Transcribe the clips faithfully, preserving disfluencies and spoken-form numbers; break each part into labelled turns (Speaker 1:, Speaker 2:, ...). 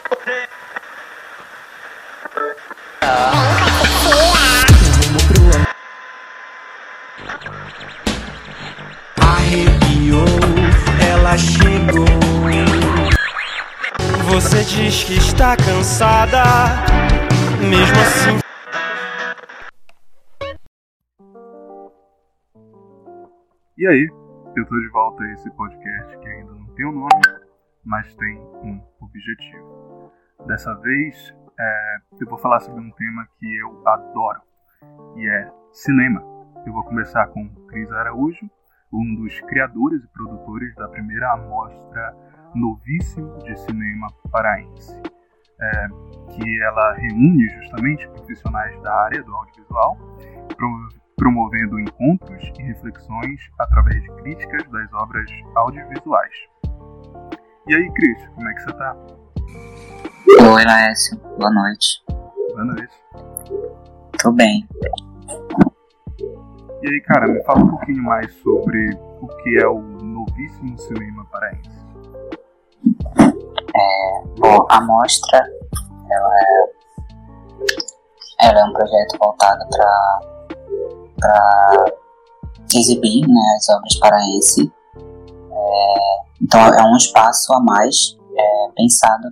Speaker 1: Arrepiou, ela chegou. Você diz que está cansada, mesmo assim.
Speaker 2: E aí, eu tô de volta a esse podcast que ainda não tem um nome, mas tem um objetivo. Dessa vez, é, eu vou falar sobre um tema que eu adoro, e é cinema. Eu vou começar com Cris Araújo, um dos criadores e produtores da primeira amostra novíssimo de cinema paraense, é, que ela reúne justamente profissionais da área do audiovisual, pro, promovendo encontros e reflexões através de críticas das obras audiovisuais. E aí, Cris, como é que você tá?
Speaker 3: Oi, Laércio. Boa noite.
Speaker 2: Boa noite.
Speaker 3: Tô bem.
Speaker 2: E aí, cara, me fala um pouquinho mais sobre o que é o novíssimo cinema paraense.
Speaker 3: É, bom, a mostra, ela é, ela é um projeto voltado para para exibir, né, as obras paraense. É, então é um espaço a mais é, pensado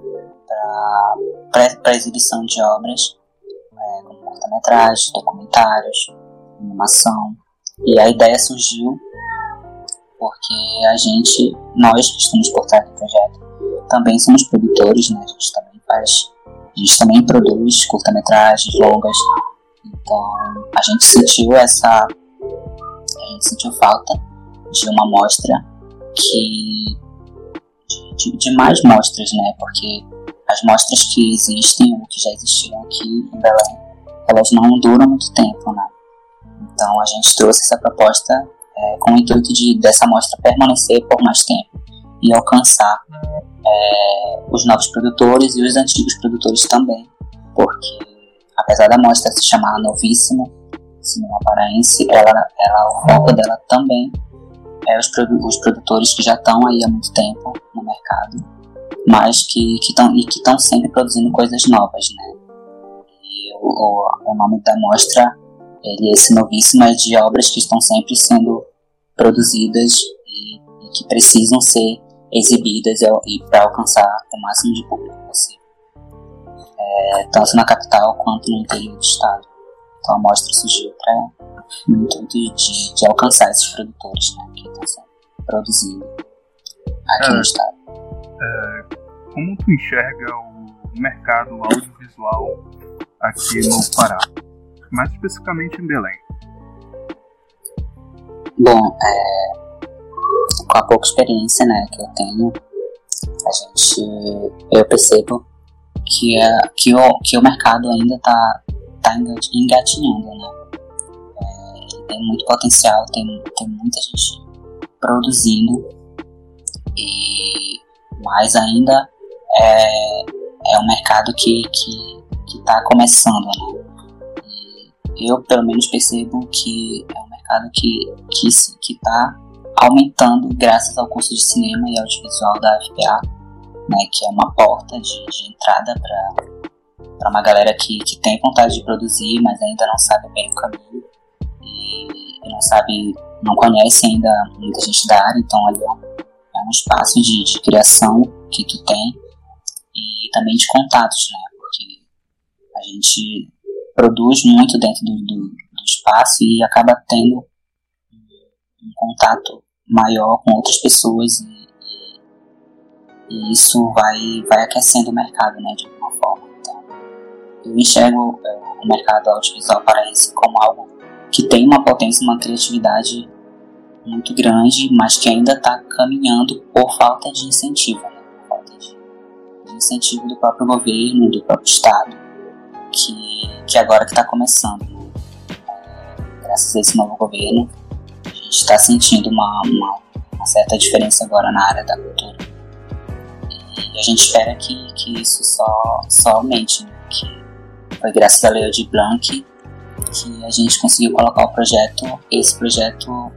Speaker 3: para exibição de obras, é, como curta-metragens, documentários, animação. E a ideia surgiu porque a gente, nós que estamos por trás do projeto, também somos produtores, né? A gente também faz, a gente também produz curta-metragens, longas. Então a gente sentiu essa, a gente sentiu falta de uma mostra que de, de, de mais mostras, né? Porque as mostras que existem ou que já existiram aqui em Belém, elas não duram muito tempo, né? Então a gente trouxe essa proposta é, com o intuito de dessa mostra permanecer por mais tempo e alcançar é, os novos produtores e os antigos produtores também, porque apesar da mostra se chamar Novíssimo Cinema Paraense, ela, ela, o foco dela também é os, produ- os produtores que já estão aí há muito tempo no mercado, mas que estão e que estão sempre produzindo coisas novas, né? E o, o, o nome da mostra, ele, esse Novíssimo, é de obras que estão sempre sendo produzidas e, e que precisam ser exibidas e para alcançar o máximo de público possível, é, tanto na capital quanto no interior do estado. Então a mostra surgiu para no intuito de, de alcançar esses produtores, né, que estão sendo produzindo aqui é, no estado.
Speaker 2: É, como tu enxerga o mercado audiovisual aqui no Pará, mais especificamente em Belém?
Speaker 3: Bom, é, com a pouca experiência, né, que eu tenho, a gente, eu percebo que, é, que, o, que o mercado ainda está tá engatinhando, né? É, tem muito potencial, tem, tem muita gente produzindo, e, mas ainda é, é um mercado que está começando, né? E eu, pelo menos, percebo que é um mercado que está que, que tá aumentando graças ao curso de cinema e audiovisual da U F P A, né, que é uma porta de, de entrada para uma galera que, que tem vontade de produzir, mas ainda não sabe bem o caminho e, e não sabe, não conhece ainda muita gente da área. Então ali é um, é um espaço de, de criação que tu tem e também de contatos, né, porque a gente produz muito dentro do, do, do espaço e acaba tendo um contato maior com outras pessoas e, e, e isso vai, vai aquecendo o mercado, né, de alguma forma. Então, eu enxergo é, o mercado audiovisual paraense como algo que tem uma potência, uma criatividade muito grande, mas que ainda está caminhando por falta de incentivo, né, por falta de, de incentivo do próprio governo, do próprio estado, que, que agora que está começando, né? É, graças a esse novo governo, a gente está sentindo uma, uma, uma certa diferença agora na área da cultura. E a gente espera que, que isso só, só aumente, né? Que foi graças à Lei Aldir Blanc que a gente conseguiu colocar o projeto, esse projeto,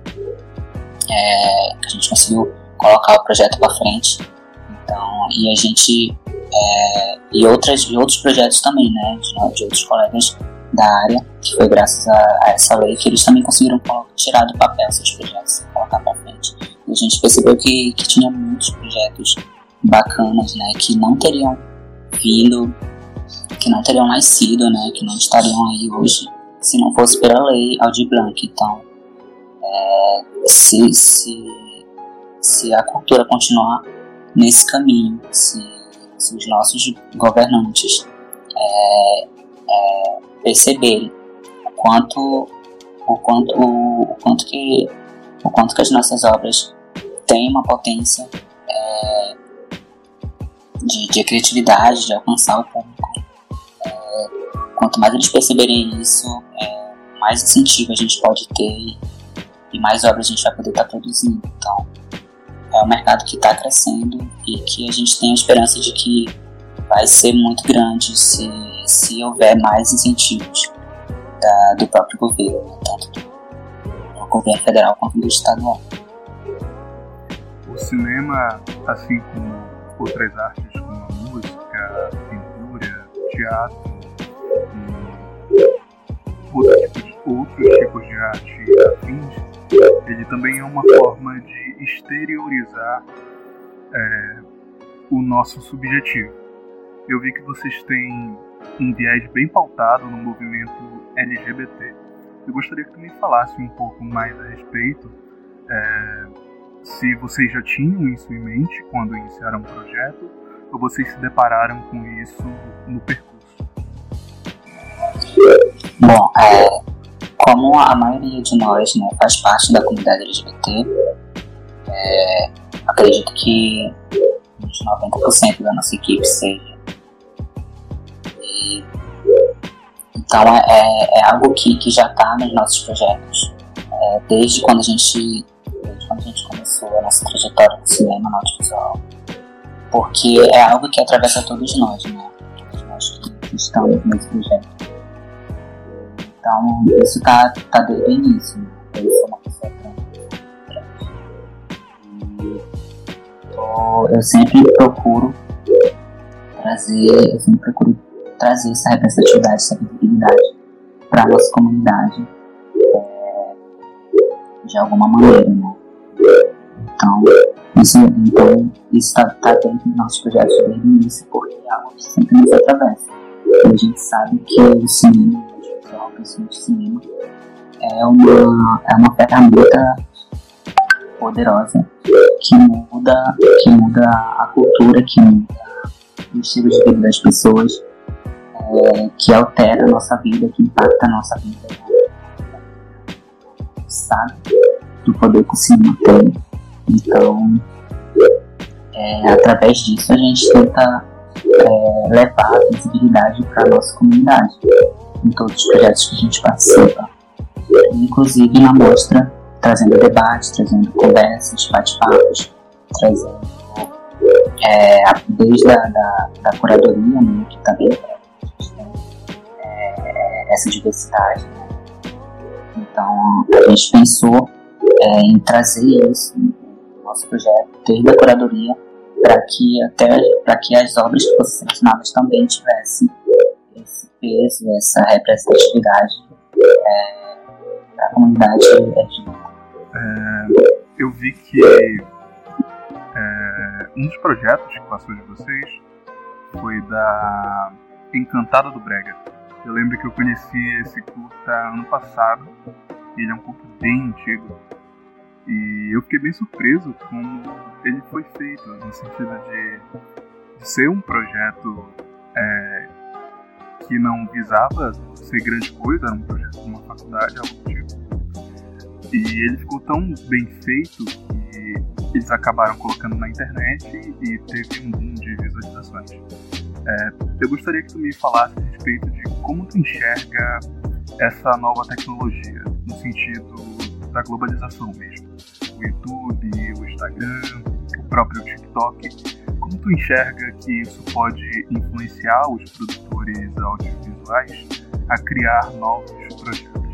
Speaker 3: é, que a gente conseguiu colocar o projeto para frente. Então, e a gente é, e, outras, e outros projetos também, né, de, de outros colegas da área, que foi graças a, a essa lei que eles também conseguiram tirar do papel esses projetos e colocar para frente. E a gente percebeu que, que tinha muitos projetos bacanas, né, que não teriam vindo, que não teriam nascido, né, que não estariam aí hoje se não fosse pela lei Aldir Blanc. Então, é, se, se, se a cultura continuar nesse caminho, se, se os nossos governantes é, é, perceberem o quanto, o, quanto, o, o, quanto que, o quanto que as nossas obras têm uma potência é, de, de criatividade, de alcançar o público, é, quanto mais eles perceberem isso, é, mais incentivo a gente pode ter e mais obras a gente vai poder estar produzindo. Então, é um mercado que está crescendo e que a gente tem a esperança de que vai ser muito grande se, se houver mais incentivos da, do próprio governo, tanto do, do governo federal quanto do estadual.
Speaker 2: O cinema, assim como outras artes como a música, a pintura, teatro e outros tipos, outros tipos de arte afins, ele também é uma forma de exteriorizar é, o nosso subjetivo. Eu vi que vocês têm um viés bem pautado no movimento L G B T. Eu gostaria que tu me falasse um pouco mais a respeito, é, se vocês já tinham isso em mente quando iniciaram o projeto, ou vocês se depararam com isso no percurso?
Speaker 3: Bom, é, como a maioria de nós, né, faz parte da comunidade L G B T, é, acredito que uns noventa por cento da nossa equipe seja. E, então é, é, é algo que, que já está nos nossos projetos, é, desde quando a gente desde quando a gente começou a nossa trajetória no cinema, no audiovisual, porque é algo que atravessa todos nós, né? Todos nós que estamos nesse projeto. Então, isso tá, tá desde o início, né? Eu sou uma pessoa trans. E tô, eu sempre procuro trazer, eu sempre procuro trazer essa representatividade, essa visibilidade para a nossa comunidade, é, de alguma maneira, né? Então, isso então, está tá dentro dos nossos projetos desde o início, porque é algo que sempre nos atravessa. E a gente sabe que o cinema, a pessoa de cinema, é uma, é uma ferramenta poderosa que muda, que muda a cultura, que muda o estilo de vida das pessoas, é, que altera a nossa vida, que impacta a nossa vida. Sabe do poder que o cinema tem. Então, é, através disso a gente tenta é, levar a visibilidade para a nossa comunidade em todos os projetos que a gente participa, inclusive na mostra, trazendo debate, trazendo conversas, bate-papos, trazendo é, desde a da, da curadoria, né, que também a gente tem é, essa diversidade, né? Então a gente pensou é, em trazer isso no nosso projeto, desde a curadoria, para que até para que as obras que fossem selecionadas também tivessem esse peso, essa representatividade é, da comunidade L G B T.
Speaker 2: É, eu vi que é, um dos projetos que passou de vocês foi da Encantada do Brega. Eu lembro que eu conheci esse curta ano passado, e ele é um curta bem antigo, e eu fiquei bem surpreso como ele foi feito, no sentido de, de ser um projeto é, que não visava ser grande coisa, era um projeto de uma faculdade, algo do tipo. E ele ficou tão bem feito que eles acabaram colocando na internet e teve um boom de visualizações. É, eu gostaria que tu me falasse a respeito de como tu enxerga essa nova tecnologia, no sentido da globalização mesmo. O YouTube, o Instagram, o próprio TikTok. Como tu enxerga que isso pode influenciar os produtores audiovisuais a criar novos projetos?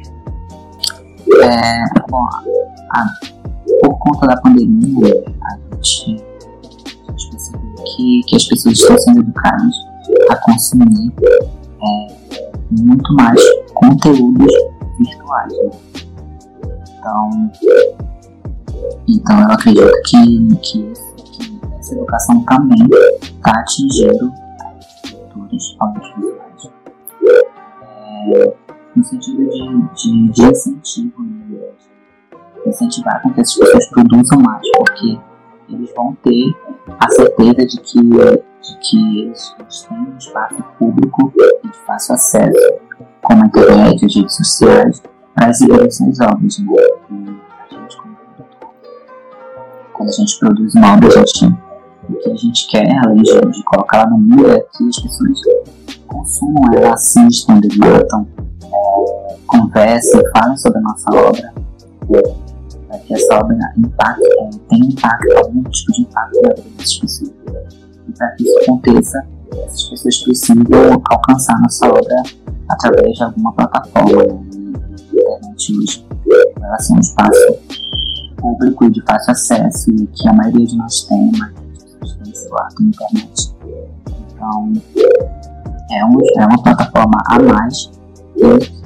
Speaker 3: É, bom, a, por conta da pandemia, a gente, a gente percebeu que, que as pessoas estão sendo educadas a consumir é, muito mais conteúdos virtuais, né? Então, então eu acredito que, que, que essa educação também está atingindo as leituras audiovisuais, é, no sentido de, de, de incentivo, né? De incentivar com que essas pessoas produzam mais, porque eles vão ter a certeza de que, de que eles, eles têm um espaço público e de fácil acesso, como a internet, as redes sociais, para exibir suas obras, né? E a gente, como produtor, quando a gente produz uma obra, a gente, o que a gente quer, além de, de colocar ela no mundo, é que as pessoas consumam ela, assistam, debatam, é, conversem, falem sobre a nossa obra, é, para que essa obra impacte, é, tenha impacto, algum tipo de impacto na vida dessas pessoas. E para que isso aconteça, essas pessoas precisam alcançar nossa obra através de alguma plataforma, né? E a internet hoje, ela é um espaço público e de fácil acesso, e que a maioria de nós tem, mas as pessoas têm celular, tem internet. Então, é, um, é uma plataforma a mais que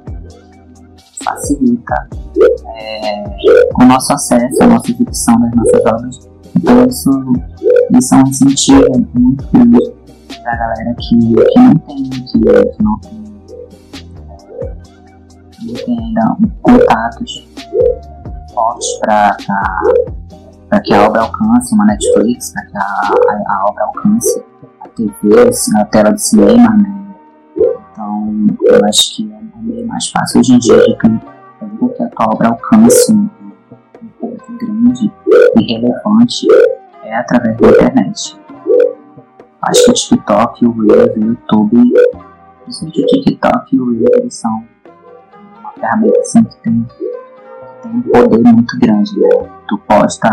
Speaker 3: facilita é, o nosso acesso, a nossa exibição das nossas obras. Então isso, isso é um incentivo muito grande para a galera que, que não tem, que, que não tem, que não tem ainda contatos fortes para que a obra alcance uma Netflix, para que a, a, a obra alcance a T V, a tela de cinema, né? Então, eu acho que é um meio mais fácil hoje em dia de fazer com que a tua obra alcance um, um público grande e relevante é através da internet. Acho que o TikTok, o Reels, o YouTube, principalmente o TikTok e o Reels, eles são uma ferramenta assim, que tem, que tem um poder muito grande, né? Tu posta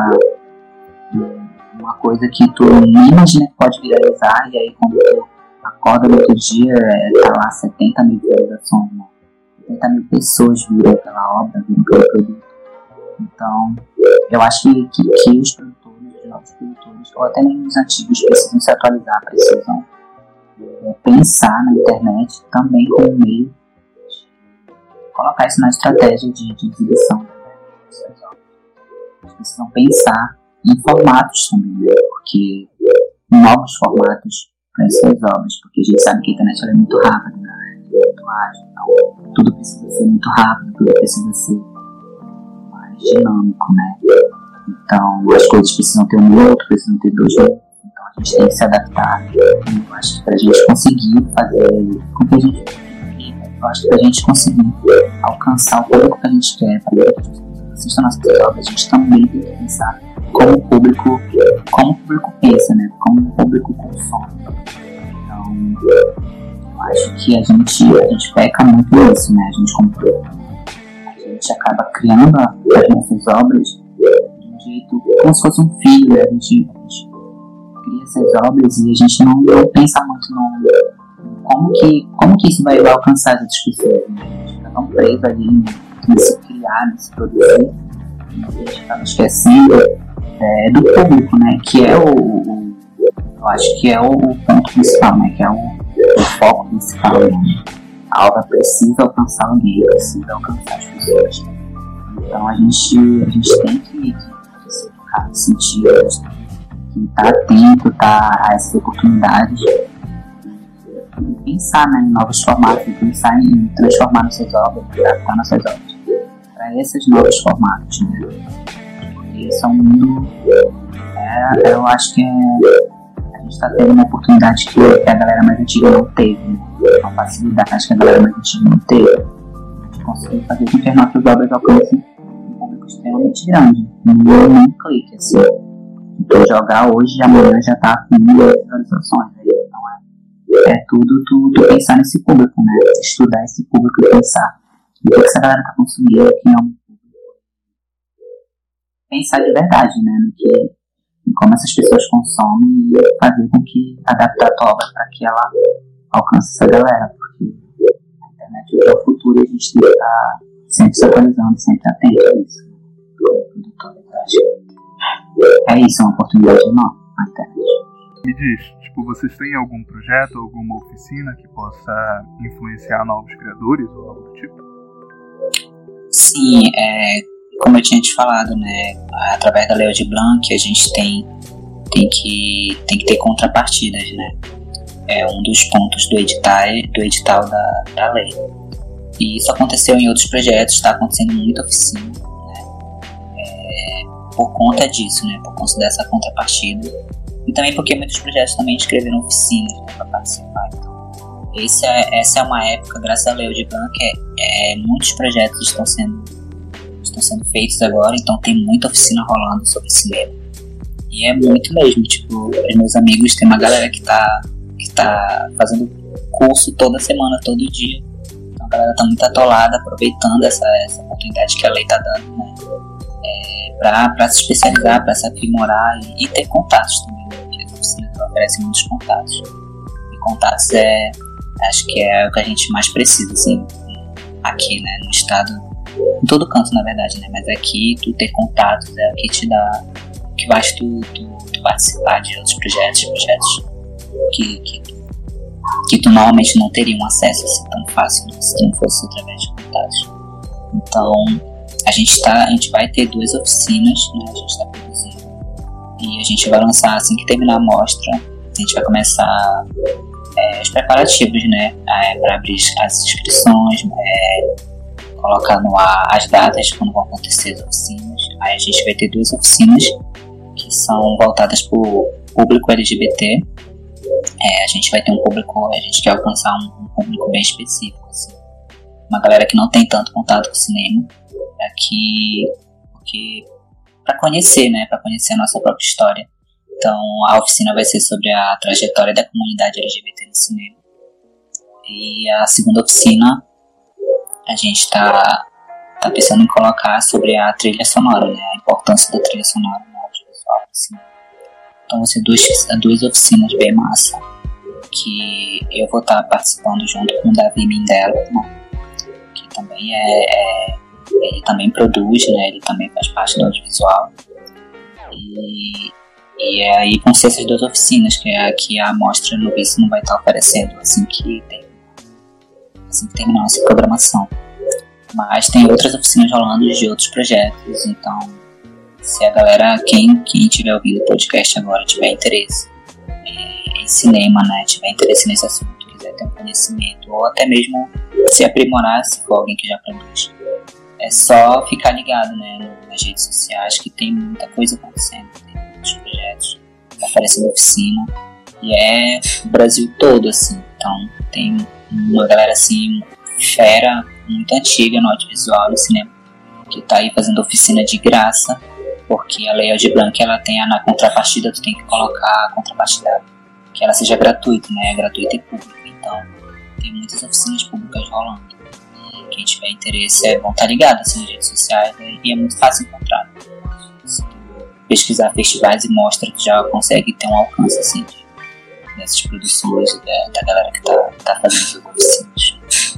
Speaker 3: uma coisa que tu nem imagina que pode viralizar, e aí quando tu acorda no outro dia, tá lá setenta mil visualizações, né? setenta mil pessoas viram aquela obra, viram aquele produto. Então, eu acho que, que, que os produtores, os novos produtores, ou até mesmo os antigos, precisam se atualizar, precisam é, pensar na internet também como meio de colocar isso na estratégia de, de exibição das suas obras. Eles precisam pensar em formatos também, né? Porque novos formatos para as suas obras, porque a gente sabe que a internet ela é muito rápida, né? É muito ágil, então tudo precisa ser muito rápido, tudo precisa ser mais dinâmico, né? Então as coisas precisam ter um minuto, precisam ter dois minutos, então a gente tem que se adaptar. E eu acho que para a gente conseguir fazer com que a gente, eu acho que para a gente conseguir alcançar o público que a gente quer, fazer que as pessoas assistam nossas obras, a gente também tem que pensar como o público, como o público pensa, né? Como o público consome. Então, eu acho que a gente, a gente peca muito nisso, né? A gente, como a gente acaba criando as nossas obras de um jeito, como se fosse um filho, né? A gente, a gente cria essas obras e a gente não, não pensa muito no como que, como que isso vai alcançar as outras pessoas, né? A gente fica tão preso ali nesse criar, nesse produzir, e a gente acaba esquecendo É, do público, né, que é o, o eu acho que é o, o ponto principal, né, que é o, o foco principal, né? A obra precisa alcançar alguém, precisa alcançar as pessoas. Então a gente, a gente tem que, que se educar nesse sentido, a gente tem que estar atento, tá, a essas oportunidades e pensar, né, em novos formatos, e pensar em transformar nossas obras, adaptar nossas obras para esses novos formatos, né? Esse é um mundo, é, eu acho que é, a gente está tendo uma oportunidade que a galera mais antiga não teve, né? Uma facilidade que a galera mais antiga não teve, de conseguir fazer com que as nossas obras alcancem um público extremamente grande, num clique, assim. Então jogar hoje e amanhã já está com mil visualizações, né? Então é, é tudo tu, tu pensar nesse público, né? Estudar esse público e pensar o que essa galera está consumindo, que não pensar de verdade, né, no que, em como essas pessoas consomem e fazer com que adaptar a tua obra para que ela alcance essa galera, porque a internet é o futuro e a gente tem que estar sempre se atualizando, sempre atento a isso. É isso, é uma oportunidade enorme na internet.
Speaker 2: Me diz, tipo, vocês têm algum projeto, alguma oficina que possa influenciar novos criadores ou algo do tipo?
Speaker 3: Sim, é, como eu tinha te falado, né, através da Lei Aldir Blanc a gente tem, tem, que, tem que ter contrapartidas, né? É um dos pontos do edital, do edital da, da lei. E isso aconteceu em outros projetos, está acontecendo muita oficina, né? É, por conta disso, né? Por conta dessa contrapartida. E também porque muitos projetos também escreveram oficinas, né, para participar. Então, esse é, essa é uma época, graças à Lei Aldir Blanc, é, é, muitos projetos estão sendo, estão sendo feitos agora, então tem muita oficina rolando sobre cinema. E é muito mesmo, tipo, os meus amigos, tem uma galera que está que tá fazendo curso toda semana, todo dia. Então a galera tá muito atolada, aproveitando essa, essa oportunidade que a lei tá dando, né? É, pra, pra se especializar, pra se aprimorar e, e ter contatos também, né? Porque as oficinas oferecem muitos contatos. E contatos é, acho que é o que a gente mais precisa, assim, aqui, né? No estado, em todo canto, na verdade, né? Mas aqui, tu ter contatos é o que te dá, que faz tu, tu, tu participar de outros projetos, projetos Que, que, que tu normalmente não teria um acesso assim tão fácil, né, se não fosse através de contatos. Então a gente, tá, a gente vai ter duas oficinas, né, a gente está produzindo e a gente vai lançar assim que terminar a mostra. A gente vai começar é, os preparativos, né, é, para abrir as inscrições, é, colocar no ar as datas quando vão acontecer as oficinas. Aí a gente vai ter duas oficinas que são voltadas para o público L G B T. É, a gente vai ter um público, a gente quer alcançar um, um público bem específico, assim. Uma galera que não tem tanto contato com o cinema, aqui, porque para conhecer, né, para conhecer a nossa própria história. Então a oficina vai ser sobre a trajetória da comunidade L G B T no cinema. E a segunda oficina a gente está tá pensando em colocar sobre a trilha sonora, né, a importância da trilha sonora no audiovisual do cinema. Então vão ser duas, duas oficinas bem massa, que eu vou estar participando junto com o Davi Mindelo, né, que também é, é, ele também produz, né, ele também faz parte do audiovisual. E, e aí vão ser essas duas oficinas, que é a que a Mostra no Vice não vai estar oferecendo assim que, tem, assim que terminar a nossa programação. Mas tem outras oficinas rolando de outros projetos, então se a galera, quem, quem estiver ouvindo o podcast agora, tiver interesse é, em cinema, né, tiver interesse nesse assunto, quiser ter um conhecimento, ou até mesmo se aprimorar, se for alguém que já produz, é só ficar ligado, né, nas redes sociais, que tem muita coisa acontecendo, tem muitos projetos oferecendo oficina, e é o Brasil todo, assim. Então tem uma galera assim, fera, muito antiga no audiovisual, no cinema, que tá aí fazendo oficina de graça, porque a Lei Aldir Blanc, ela tem a, na contrapartida, tu tem que colocar a contrapartida que ela seja gratuita, né, gratuita e pública. Então tem muitas oficinas públicas rolando, e quem tiver interesse é bom estar ligado assim, nas redes sociais, né, e é muito fácil encontrar. Se tu pesquisar festivais e mostra, tu já consegue ter um alcance assim dessas produções da, da galera que tá, tá fazendo as oficinas.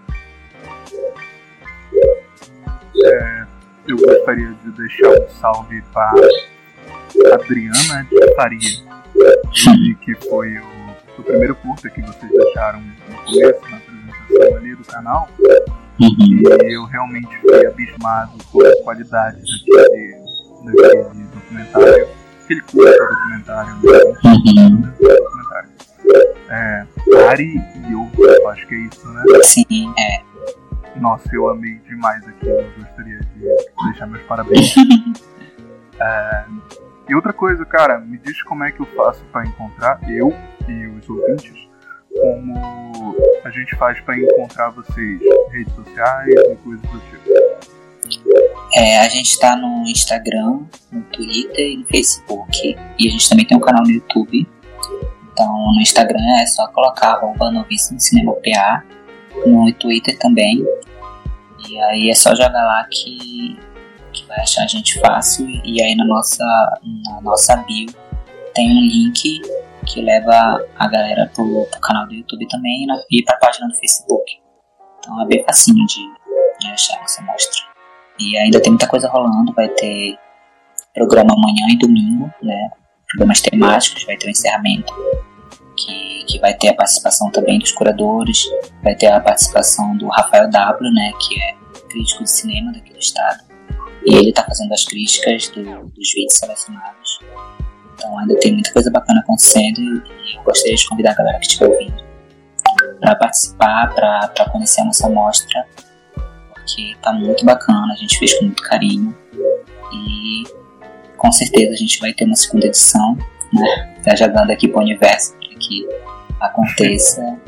Speaker 2: É, eu gostaria de deixar um salve para Adriana de Faria, que foi o, o primeiro curta que vocês deixaram no começo, na apresentação ali do canal.
Speaker 3: Uhum.
Speaker 2: E eu realmente fiquei abismado com a qualidade daquele, daquele documentário, aquele curta documentário, né?
Speaker 3: Uhum.
Speaker 2: documentário. É, Ari e eu, acho que é isso, né?
Speaker 3: Sim, é.
Speaker 2: Nossa, eu amei demais aquilo, eu gostaria de deixar meus parabéns. É, e outra coisa, cara, me diz como é que eu faço para encontrar, eu e os ouvintes, como a gente faz para encontrar vocês, redes sociais e coisas do tipo.
Speaker 3: É, a gente tá no Instagram, no Twitter e no Facebook, e a gente também tem um canal no YouTube. Então no Instagram é só colocar arroba Novíssimo Cinema P A, no Twitter também, e aí é só jogar lá que, que vai achar a gente fácil. E aí na nossa, na nossa bio tem um link que leva a galera pro, pro canal do YouTube também, na, e pra página do Facebook. Então é bem facinho de, de achar essa mostra. E ainda tem muita coisa rolando, vai ter programa amanhã e domingo, né? programas temáticos, vai ter o encerramento, que, que vai ter a participação também dos curadores, vai ter a participação do Rafael W, né, que é crítico de cinema daqui do estado, e ele está fazendo as críticas do, dos vídeos selecionados. Então ainda tem muita coisa bacana acontecendo e eu gostaria de convidar a galera que estiver ouvindo para participar, para conhecer a nossa mostra, porque tá muito bacana, a gente fez com muito carinho e com certeza a gente vai ter uma segunda edição, né? Tá jogando aqui pro universo para que aconteça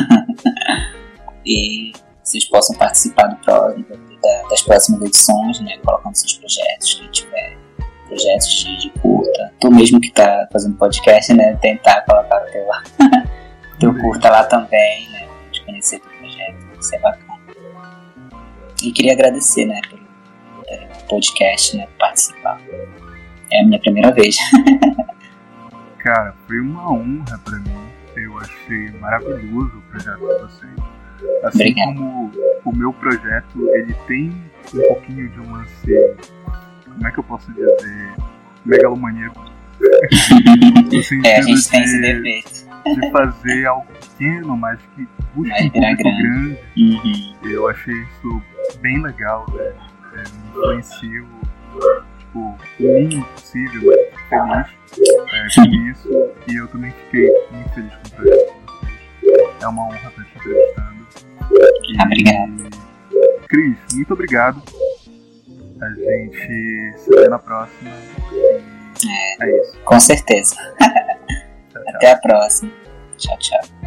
Speaker 3: e vocês possam participar do próximo, da, das próximas edições, né? Colocando seus projetos, quem tiver projetos de, de curta, tu mesmo que tá fazendo podcast, né? Tentar colocar o teu, teu curta lá também, né? De conhecer teu projeto, isso é bacana. E queria agradecer, né? Pelo, pelo podcast, né? Por participar. É a minha primeira vez.
Speaker 2: Cara, foi uma honra pra mim. Eu achei maravilhoso o projeto de vocês. Assim
Speaker 3: Obrigado.
Speaker 2: Como o meu projeto, ele tem um pouquinho de um lance, como é que eu posso dizer, megalomaníaco.
Speaker 3: É, a gente tem esse defeito.
Speaker 2: De fazer algo pequeno, mas que busca
Speaker 3: Mas
Speaker 2: um público
Speaker 3: grande.
Speaker 2: grande.
Speaker 3: Uhum.
Speaker 2: Eu achei isso bem legal, velho. É, me influenciou, tipo, o mínimo possível, mas feliz é, com isso. E eu também fiquei muito feliz com o projeto de vocês. É uma honra estar te entrevistando. E,
Speaker 3: Obrigado.
Speaker 2: Cris, muito obrigado. A gente se vê na próxima. E é isso.
Speaker 3: Com certeza.
Speaker 2: Tchau, tchau.
Speaker 3: Até a próxima. Tchau, tchau.